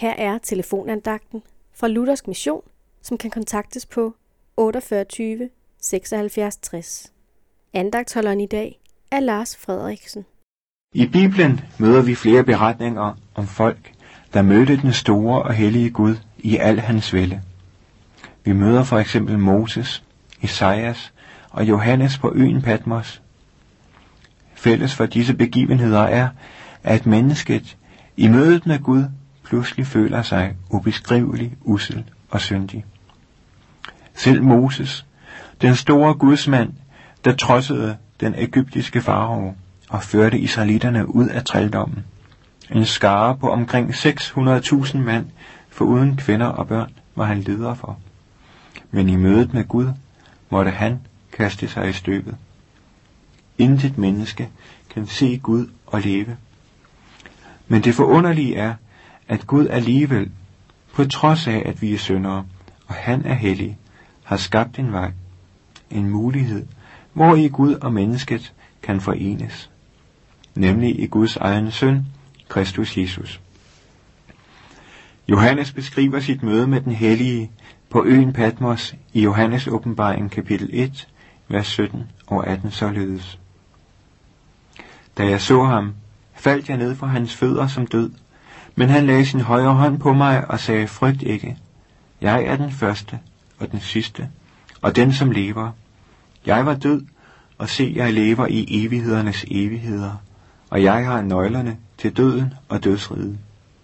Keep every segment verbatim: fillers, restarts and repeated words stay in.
Her er telefonandagten fra Luthersk Mission, som kan kontaktes på otteogfyrre tyve seksoghalvfjerds tres. Andagtholderen i dag er Lars Frederiksen. I Bibelen møder vi flere beretninger om folk, der mødte den store og hellige Gud i al hans vælde. Vi møder for eksempel Moses, Esajas og Johannes på øen Patmos. Fælles for disse begivenheder er, at mennesket i mødet med Gud pludselig føler sig ubeskrivelig, ussel og syndig. Selv Moses, den store gudsmand, der trodsede den egyptiske farao og førte israelitterne ud af trældommen. En skare på omkring seks hundrede tusind mand, foruden kvinder og børn, var han leder for. Men i mødet med Gud måtte han kaste sig i støvet. Intet menneske kan se Gud og leve. Men det forunderlige er, at Gud alligevel, på trods af at vi er syndere, og han er hellig, har skabt en vej, en mulighed, hvor i Gud og mennesket kan forenes, nemlig i Guds egen søn, Kristus Jesus. Johannes beskriver sit møde med den hellige på øen Patmos i Johannes åbenbaring kapitel et, vers sytten og atten således. Da jeg så ham, faldt jeg ned for hans fødder som død, men han lagde sin højre hånd på mig og sagde, frygt ikke. Jeg er den første og den sidste, og den som lever. Jeg var død, og se, jeg lever i evighedernes evigheder, og jeg har nøglerne til døden og dødsriget.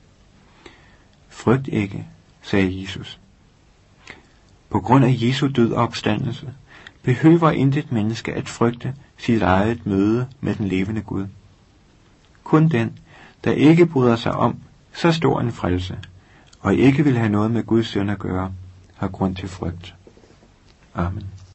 Frygt ikke, sagde Jesus. På grund af Jesu død og opstandelse, behøver intet menneske at frygte sit eget møde med den levende Gud. Kun den, der ikke bryder sig om så stor en frelse, og ikke vil have noget med Guds søn at gøre, har grund til frygt. Amen.